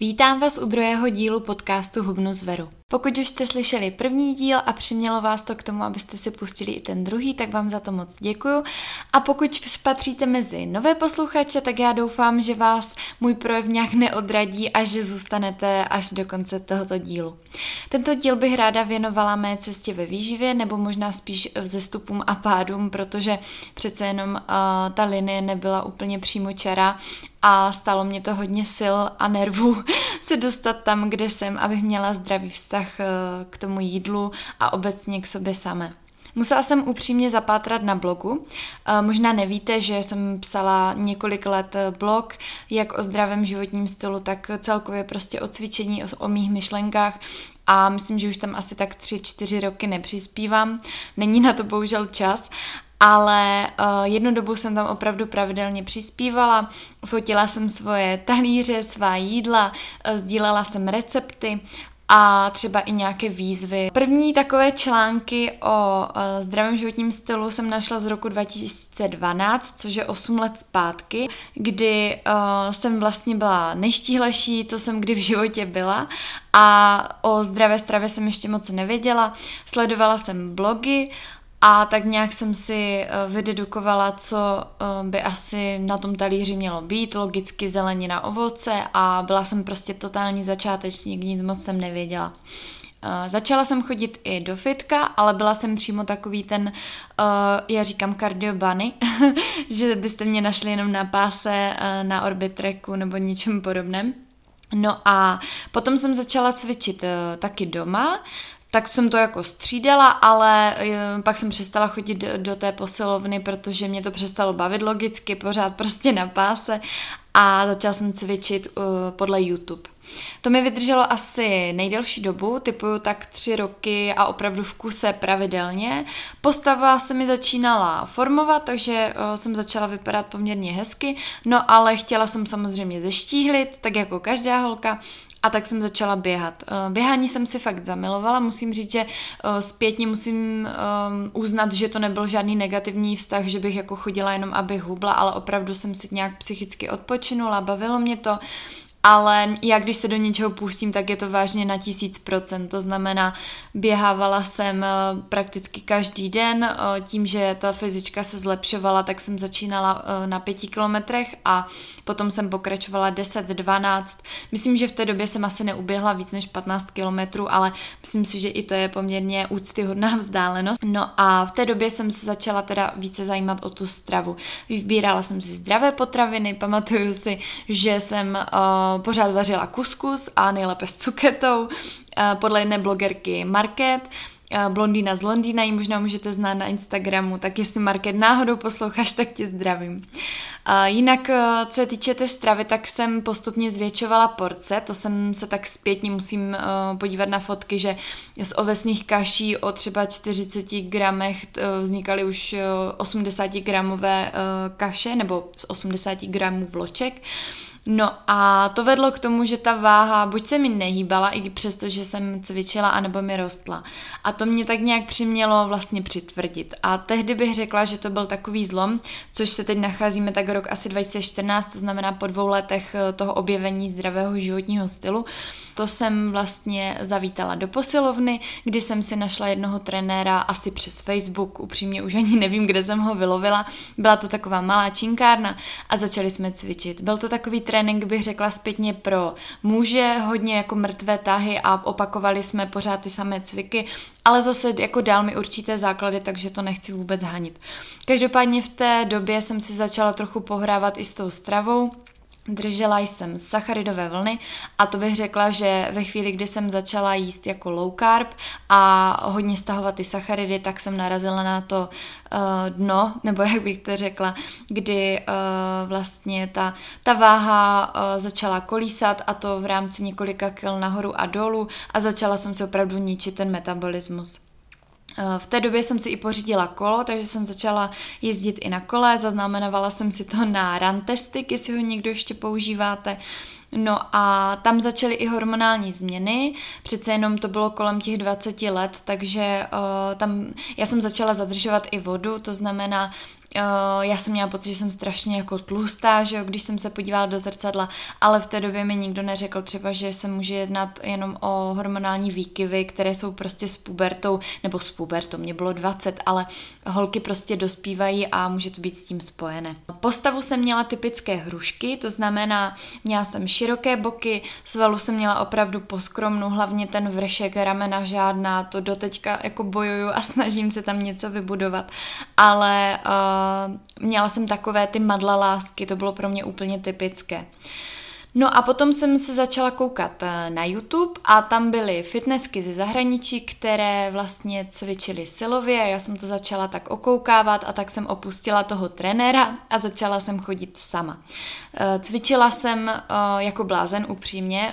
Vítám vás u druhého dílu podcastu Hubnu z Veru. Pokud už jste slyšeli první díl a přimělo vás to k tomu, abyste si pustili i ten druhý, tak vám za to moc děkuju. A pokud patříte mezi nové posluchače, tak já doufám, že vás můj projev nějak neodradí a že zůstanete až do konce tohoto dílu. Tento díl bych ráda věnovala mé cestě ve výživě, nebo možná spíš vzestupům a pádům, protože přece jenom ta linie nebyla úplně přímočará a stálo mě to hodně sil a nervů se dostat tam, kde jsem, abych měla zdravý vztah k tomu jídlu a obecně k sobě samé. Musela jsem upřímně zapátrat na blogu. Možná nevíte, že jsem psala několik let blog, jak o zdravém životním stylu, tak celkově prostě o cvičení, o mých myšlenkách. A myslím, že už tam asi tak 3-4 roky nepřispívám. Není na to bohužel čas, ale jednu dobu jsem tam opravdu pravidelně přispívala, fotila jsem svoje talíře, svá jídla, sdílela jsem recepty a třeba i nějaké výzvy. První takové články o zdravém životním stylu jsem našla z roku 2012, což je 8 let zpátky, kdy jsem vlastně byla nejštíhlejší, co jsem kdy v životě byla, a o zdravé stravě jsem ještě moc nevěděla. Sledovala jsem blogy a tak nějak jsem si vydedukovala, co by asi na tom talíři mělo být, logicky zelenina, ovoce, a byla jsem prostě totální začátečník, nic moc jsem nevěděla. Začala jsem chodit i do fitka, ale byla jsem přímo takový ten, já říkám cardio bunny, že byste mě našli jenom na páse, na Orbitracku nebo něčem podobném. No a potom jsem začala cvičit taky doma. Tak jsem to jako střídala, ale pak jsem přestala chodit do té posilovny, protože mě to přestalo bavit logicky, pořád prostě na páse, a začala jsem cvičit podle YouTube. To mi vydrželo asi nejdelší dobu, typuju tak 3 roky a opravdu v kuse pravidelně. Postava se mi začínala formovat, takže jsem začala vypadat poměrně hezky, no ale chtěla jsem samozřejmě zeštíhlit, tak jako každá holka, a tak jsem začala běhat. Běhání jsem si fakt zamilovala, musím říct, že zpětně musím uznat, že to nebyl žádný negativní vztah, že bych jako chodila jenom, abych hubla, ale opravdu jsem si nějak psychicky odpočinula, bavilo mě to. Ale já, když se do něčeho pustím, tak je to vážně na 1000%. To znamená, běhávala jsem prakticky každý den. Tím, že ta fyzička se zlepšovala, tak jsem začínala na 5 kilometrech a potom jsem pokračovala 10, 12. Myslím, že v té době jsem asi neuběhla víc než 15 kilometrů, ale myslím si, že i to je poměrně úctyhodná vzdálenost. No a v té době jsem se začala teda více zajímat o tu stravu. Vybírala jsem si zdravé potraviny, pamatuju si, že jsem pořád vařila kuskus a nejlépe s cuketou, podle jedné blogerky Market, Blondýna z Londýna, ji možná můžete znát na Instagramu, tak jestli Market náhodou posloucháš, tak tě zdravím. Jinak, co se týče té stravy, tak jsem postupně zvětšovala porce, to jsem se tak zpětně musím podívat na fotky, že z ovesných kaší o třeba 40 gramech vznikaly už 80 gramové kaše, nebo z 80 gramů vloček. No a to vedlo k tomu, že ta váha buď se mi nehýbala, i přesto, že jsem cvičila, anebo mi rostla. A to mě tak nějak přimělo vlastně přitvrdit. A tehdy bych řekla, že to byl takový zlom, což se teď nacházíme tak rok asi 2014, to znamená po 2 letech toho objevení zdravého životního stylu. To jsem vlastně zavítala do posilovny, kdy jsem si našla jednoho trenéra asi přes Facebook, upřímně už ani nevím, kde jsem ho vylovila. Byla to taková malá činkárna a začali jsme cvičit. Byl to takový trénink, bych řekla zpětně pro muže, hodně jako mrtvé tahy a opakovali jsme pořád ty samé cviky, ale zase jako dál mi určité základy, takže to nechci vůbec hanit. Každopádně v té době jsem si začala trochu pohrávat i s tou stravou. Držela jsem sacharidové vlny a to bych řekla, že ve chvíli, kdy jsem začala jíst jako low carb a hodně stahovat ty sacharidy, tak jsem narazila na to dno, nebo jak bych to řekla, kdy vlastně ta váha začala kolísat, a to v rámci několika kil nahoru a dolů, a začala jsem si opravdu ničit ten metabolismus. V té době jsem si i pořídila kolo, takže jsem začala jezdit i na kole, zaznamenávala jsem si to na Runtastic, jestli ho někdo ještě používáte. No a tam začaly i hormonální změny, přece jenom to bylo kolem těch 20 let, takže tam já jsem začala zadržovat i vodu, to znamená, Já jsem měla pocit, že jsem strašně jako tlustá, že jo, když jsem se podívala do zrcadla, ale v té době mi nikdo neřekl třeba, že se může jednat jenom o hormonální výkyvy, které jsou prostě s pubertou, nebo s pubertou, mě bylo 20, ale holky prostě dospívají a může to být s tím spojené. Postavu jsem měla typické hrušky, to znamená, měla jsem široké boky, svalu jsem měla opravdu poskromnou, hlavně ten vršek, ramena žádná, to doteďka jako bojuju a snažím se tam něco vybudovat, ale měla jsem takové ty madlalásky, to bylo pro mě úplně typické. No a potom jsem se začala koukat na YouTube a tam byly fitnessky ze zahraničí, které vlastně cvičily silově a já jsem to začala tak okoukávat a tak jsem opustila toho trenéra a začala jsem chodit sama. Cvičila jsem jako blázen upřímně,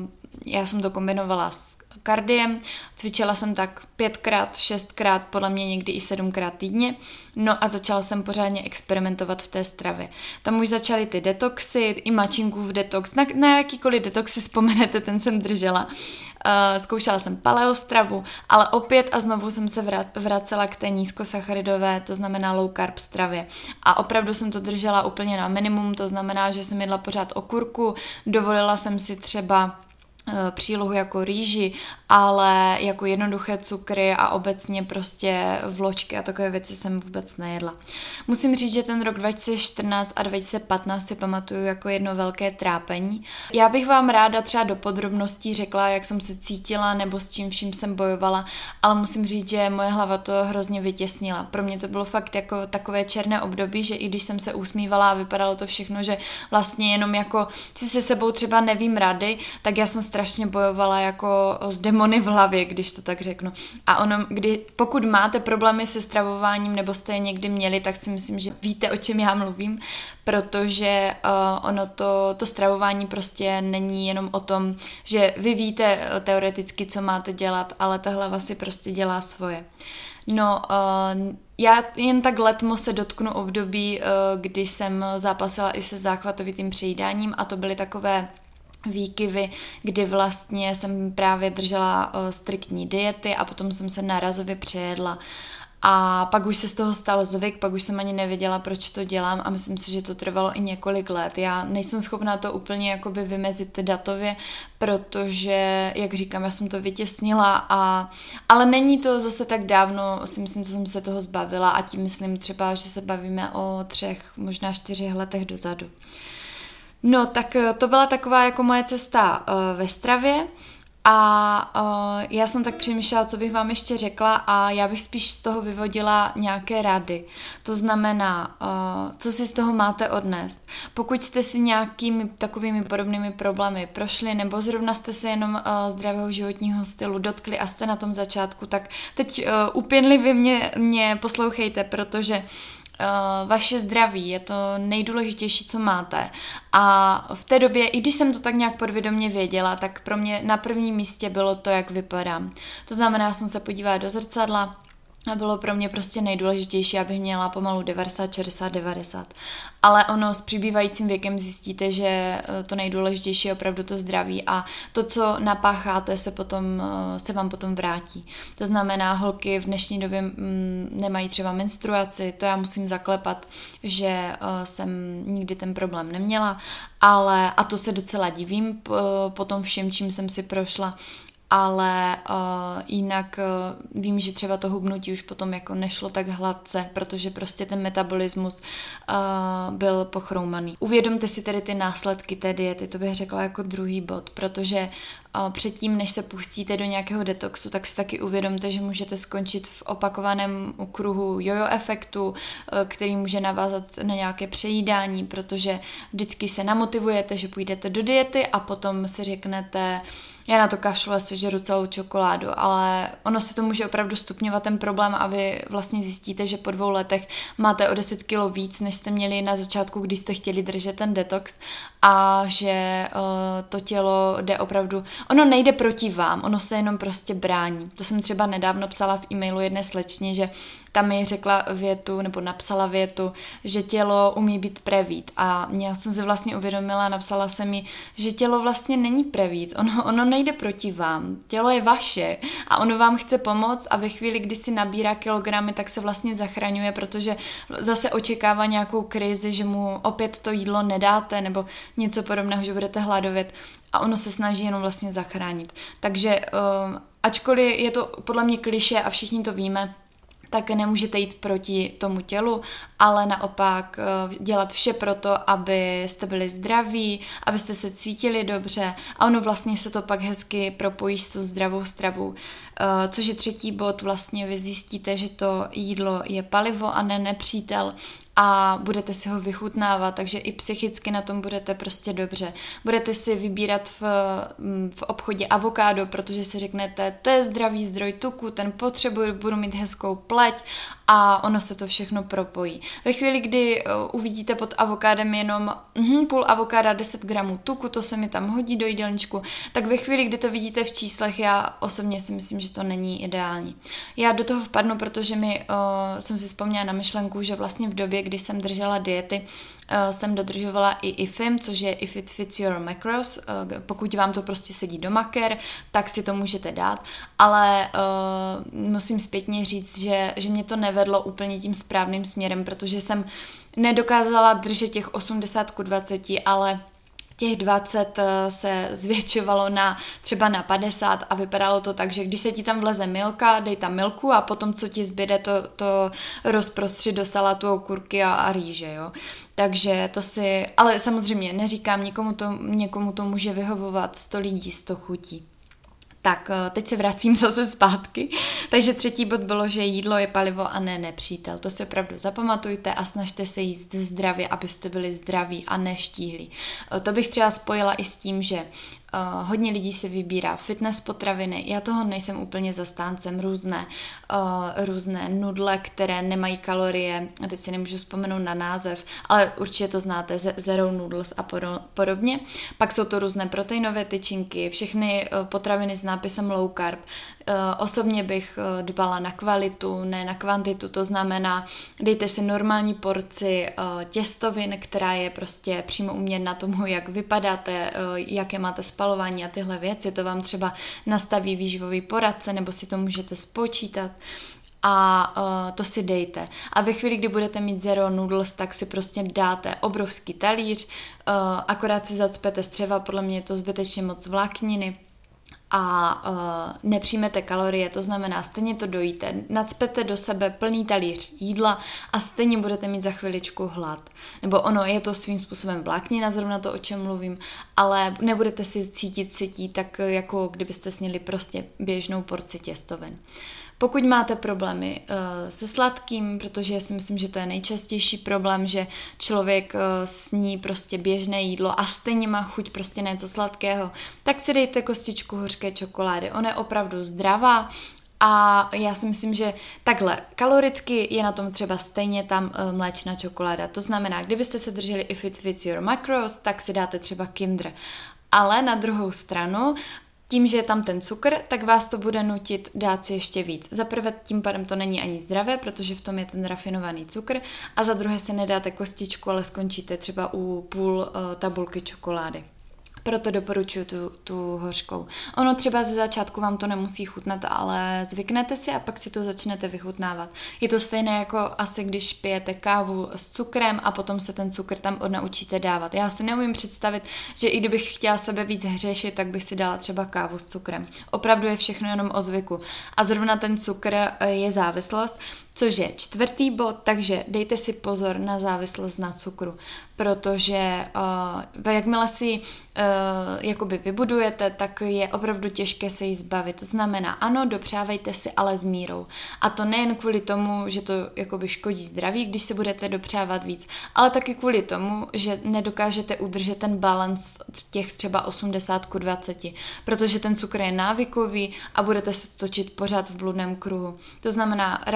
já jsem to kombinovala s kardiem, cvičila jsem tak 5x, 6x, podle mě někdy i 7x týdně, no a začala jsem pořádně experimentovat v té stravě. Tam už začaly ty detoxy, i mačinkův detox, na jakýkoliv detox si vzpomenete, ten jsem držela. Zkoušela jsem paleostravu, ale opět a znovu jsem se vracela k té nízkosacharidové, to znamená low carb stravě. A opravdu jsem to držela úplně na minimum, to znamená, že jsem jedla pořád okurku, dovolila jsem si třeba přílohu jako rýži, ale jako jednoduché cukry a obecně prostě vločky a takové věci jsem vůbec nejedla. Musím říct, že ten rok 2014 a 2015 si pamatuju jako jedno velké trápení. Já bych vám ráda třeba do podrobností řekla, jak jsem se cítila nebo s čím vším jsem bojovala, ale musím říct, že moje hlava to hrozně vytěsnila. Pro mě to bylo fakt jako takové černé období, že i když jsem se usmívala a vypadalo to všechno, že vlastně jenom jako si se sebou třeba nevím rady, tak já jsem strašně bojovala jako s demony v hlavě, když to tak řeknu. A pokud máte problémy se stravováním nebo jste je někdy měli, tak si myslím, že víte, o čem já mluvím, protože ono to stravování prostě není jenom o tom, že vy víte teoreticky, co máte dělat, ale ta hlava si prostě dělá svoje. No, já jen tak letmo se dotknu období, kdy jsem zápasila i se záchvatovitým přejídáním a to byly takové výkyvy, kdy vlastně jsem právě držela striktní diety a potom jsem se nárazově přejedla. A pak už se z toho stal zvyk, pak už jsem ani nevěděla, proč to dělám a myslím si, že to trvalo i několik let. Já nejsem schopná to úplně jakoby vymezit datově, protože, jak říkám, já jsem to vytěsnila, ale není to zase tak dávno, si myslím, že jsem se toho zbavila a tím myslím třeba, že se bavíme o 3, možná 4 letech dozadu. No, tak to byla taková jako moje cesta ve stravě a já jsem tak přemýšlela, co bych vám ještě řekla a já bych spíš z toho vyvodila nějaké rady. To znamená, co si z toho máte odnést. Pokud jste si nějakými takovými podobnými problémy prošli nebo zrovna jste se jenom zdravého životního stylu dotkli a jste na tom začátku, tak teď úpěnlivě mě poslouchejte, protože vaše zdraví je to nejdůležitější, co máte. A v té době, i když jsem to tak nějak podvědomě věděla, tak pro mě na prvním místě bylo to, jak vypadám. To znamená, já jsem se podívala do zrcadla a bylo pro mě prostě nejdůležitější, abych měla pomalu 90, 60, 90. Ale ono s přibývajícím věkem zjistíte, že to nejdůležitější je opravdu to zdraví a to, co napácháte, se vám potom vrátí. To znamená, holky v dnešní době nemají třeba menstruaci, to já musím zaklepat, že jsem nikdy ten problém neměla, a to se docela divím po tom všem, čím jsem si prošla, ale jinak vím, že třeba to hubnutí už potom jako nešlo tak hladce, protože prostě ten metabolismus byl pochroumaný. Uvědomte si tedy ty následky té diety, to bych řekla jako druhý bod, protože předtím, než se pustíte do nějakého detoxu, tak si taky uvědomte, že můžete skončit v opakovaném kruhu jojo efektu, který může navázat na nějaké přejídání, protože vždycky se namotivujete, že půjdete do diety a potom si řeknete, já na to kašlu, si žeru celou čokoládu, ale ono se to může opravdu stupňovat ten problém a vy vlastně zjistíte, že po 2 letech máte o 10 kg víc, než jste měli na začátku, když jste chtěli držet ten detox a že to tělo jde opravdu ono nejde proti vám, ono se jenom prostě brání. To jsem třeba nedávno psala v e-mailu jedné slečně, že tam mi řekla větu, nebo napsala větu, že tělo umí být prevít. A já jsem si vlastně uvědomila, napsala jsem jí, že tělo vlastně není prevít. Ono nejde proti vám. Tělo je vaše a ono vám chce pomoct a ve chvíli, kdy si nabírá kilogramy, tak se vlastně zachraňuje, protože zase očekává nějakou krizi, že mu opět to jídlo nedáte nebo něco podobného, že budete hladovět. A ono se snaží jenom vlastně zachránit. Takže ačkoliv je to podle mě klišé a všichni to víme, tak nemůžete jít proti tomu tělu, ale naopak dělat vše pro to, abyste byli zdraví, abyste se cítili dobře a ono vlastně se to pak hezky propojí s tou zdravou stravou. Což je třetí bod, vlastně vy zjistíte, že to jídlo je palivo a ne nepřítel a budete si ho vychutnávat, takže i psychicky na tom budete prostě dobře. Budete si vybírat v obchodě avokádo, protože si řeknete, to je zdravý zdroj tuku, ten potřebuji, budu mít hezkou pleť a ono se to všechno propojí. Ve chvíli, kdy uvidíte pod avokádem jenom půl avokáda, 10 gramů tuku, to se mi tam hodí do jídelníčku, tak ve chvíli, kdy to vidíte v číslech, já osobně si myslím, že to není ideální. Já do toho vpadnu, protože jsem si vzpomněla na myšlenku, že vlastně v době, kdy jsem držela diety, jsem dodržovala i IFIM, což je If It Fits Your Macros. Pokud vám to prostě sedí do maker, tak si to můžete dát, ale musím zpětně říct, že mě to nevedlo úplně tím správným směrem, protože jsem nedokázala držet těch 80:20, ale těch 20 se zvětšovalo třeba na 50 a vypadalo to tak, že když se ti tam vleze milka, dej tam milku a potom, co ti zbyde, to rozprostři do salátu, okurky a rýže, jo. Takže ale samozřejmě neříkám, někomu to může vyhovovat 100 lidí, 100 chutí. Tak, teď se vracím zase zpátky. Takže třetí bod bylo, že jídlo je palivo a ne nepřítel. To si opravdu zapamatujte a snažte se jíst zdravě, abyste byli zdraví a neštíhlí. To bych třeba spojila i s tím, že hodně lidí si vybírá fitness potraviny. Já toho nejsem úplně zastáncem. Různé nudle, které nemají kalorie. A teď si nemůžu vzpomenout na název, ale určitě to znáte, zero noodles a podobně. Pak jsou to různé proteinové tyčinky, všechny potraviny s nápisem low carb. Osobně bych dbala na kvalitu, ne na kvantitu, to znamená, dejte si normální porci těstovin, která je prostě přímo uměrná tomu, jak vypadáte, jaké máte spalování a tyhle věci, to vám třeba nastaví výživový poradce, nebo si to můžete spočítat. A to si dejte. A ve chvíli, kdy budete mít zero noodles, tak si prostě dáte obrovský talíř, akorát si zacpete střeva, podle mě je to zbytečně moc vlákniny, a nepřijmete kalorie, to znamená, stejně to dojíte, nacpete do sebe plný talíř jídla a stejně budete mít za chviličku hlad. Nebo ono je to svým způsobem vláknina, zrovna to, o čem mluvím, ale nebudete si cítit sytí, tak jako kdybyste sněli prostě běžnou porci těstovin. Pokud máte problémy se sladkým, protože si myslím, že to je nejčastější problém, že člověk sní prostě běžné jídlo a stejně má chuť prostě na něco sladkého, tak si dejte kostičku hořké čokolády. Ona je opravdu zdravá a já si myslím, že takhle kaloricky je na tom třeba stejně tam mléčná čokoláda. To znamená, kdybyste se drželi If It Fits Your Macros, tak si dáte třeba Kinder. Ale na druhou stranu, tím, že je tam ten cukr, tak vás to bude nutit dát si ještě víc. Za prvé tím pádem to není ani zdravé, protože v tom je ten rafinovaný cukr a za druhé se nedáte kostičku, ale skončíte třeba u půl tabulky čokolády. Proto doporučuji tu hořkou. Ono třeba ze začátku vám to nemusí chutnat, ale zvyknete si a pak si to začnete vychutnávat. Je to stejné jako asi když pijete kávu s cukrem a potom se ten cukr tam odnaučíte dávat. Já si neumím představit, že i kdybych chtěla sebe víc hřešit, tak bych si dala třeba kávu s cukrem. Opravdu je všechno jenom o zvyku. A zrovna ten cukr je závislost, což je čtvrtý bod, takže dejte si pozor na závislost na cukru, protože jakmile si jakoby vybudujete, tak je opravdu těžké se jí zbavit. To znamená, ano, dopřávejte si, ale s mírou. A to nejen kvůli tomu, že to jakoby škodí zdraví, když si budete dopřávat víc, ale taky kvůli tomu, že nedokážete udržet ten balans těch třeba 80:20, protože ten cukr je návykový a budete se točit pořád v bludném kruhu. To znamená, radši pečte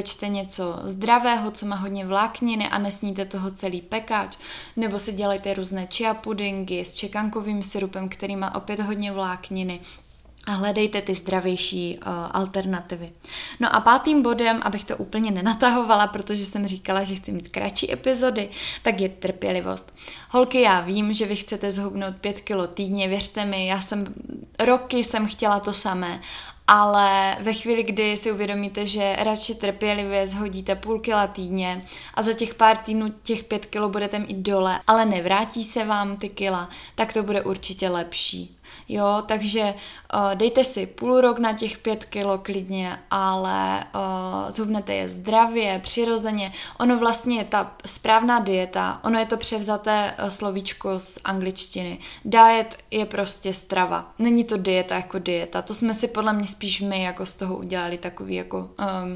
pečte něco zdravého, co má hodně vlákniny a nesníte toho celý pekáč, nebo si dělejte různé chia pudingy s čekankovým syrupem, který má opět hodně vlákniny. A hledejte ty zdravější alternativy. No a 5. bodem, abych to úplně nenatahovala, protože jsem říkala, že chci mít kratší epizody, tak je trpělivost. Holky, já vím, že vy chcete zhubnout 5 kilo týdně, věřte mi, roky jsem chtěla to samé, ale ve chvíli, kdy si uvědomíte, že radši trpělivě zhodíte půl kila týdně a za těch pár týdnů těch 5 kilo budete mít dole, ale nevrátí se vám ty kila, tak to bude určitě lepší. Jo, takže dejte si půl rok na těch 5 kilo klidně, ale zhubnete je zdravě, přirozeně. Ono vlastně je ta správná dieta, ono je to převzaté slovíčko z angličtiny. Diet je prostě strava, není to dieta jako dieta, to jsme si podle mě spíš my jako z toho udělali takový jako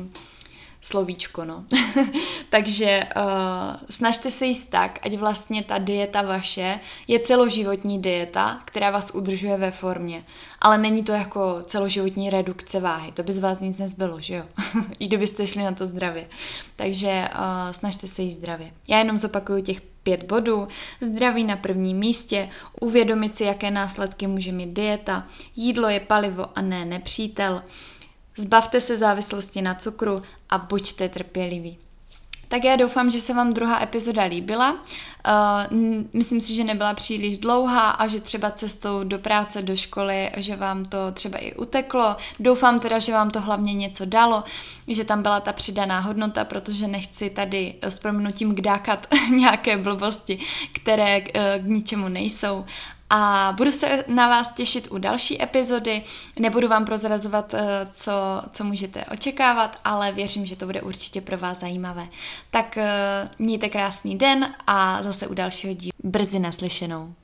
slovíčko, no. Takže snažte se jíst tak, ať vlastně ta dieta vaše je celoživotní dieta, která vás udržuje ve formě. Ale není to jako celoživotní redukce váhy, to by z vás nic nezbylo, že jo? I kdybyste šli na to zdravě. Takže snažte se jíst zdravě. Já jenom zopakuju těch 5 bodů. Zdraví na prvním místě, uvědomit si, jaké následky může mít dieta, jídlo je palivo a ne nepřítel, zbavte se závislosti na cukru a buďte trpěliví. Tak já doufám, že se vám druhá epizoda líbila. Myslím si, že nebyla příliš dlouhá a že třeba cestou do práce, do školy, že vám to třeba i uteklo. Doufám teda, že vám to hlavně něco dalo, že tam byla ta přidaná hodnota, protože nechci tady s prominutím kdákat nějaké blbosti, které k ničemu nejsou. A budu se na vás těšit u další epizody, nebudu vám prozrazovat, co můžete očekávat, ale věřím, že to bude určitě pro vás zajímavé. Tak mějte krásný den a zase u dalšího dílu brzy naslyšenou.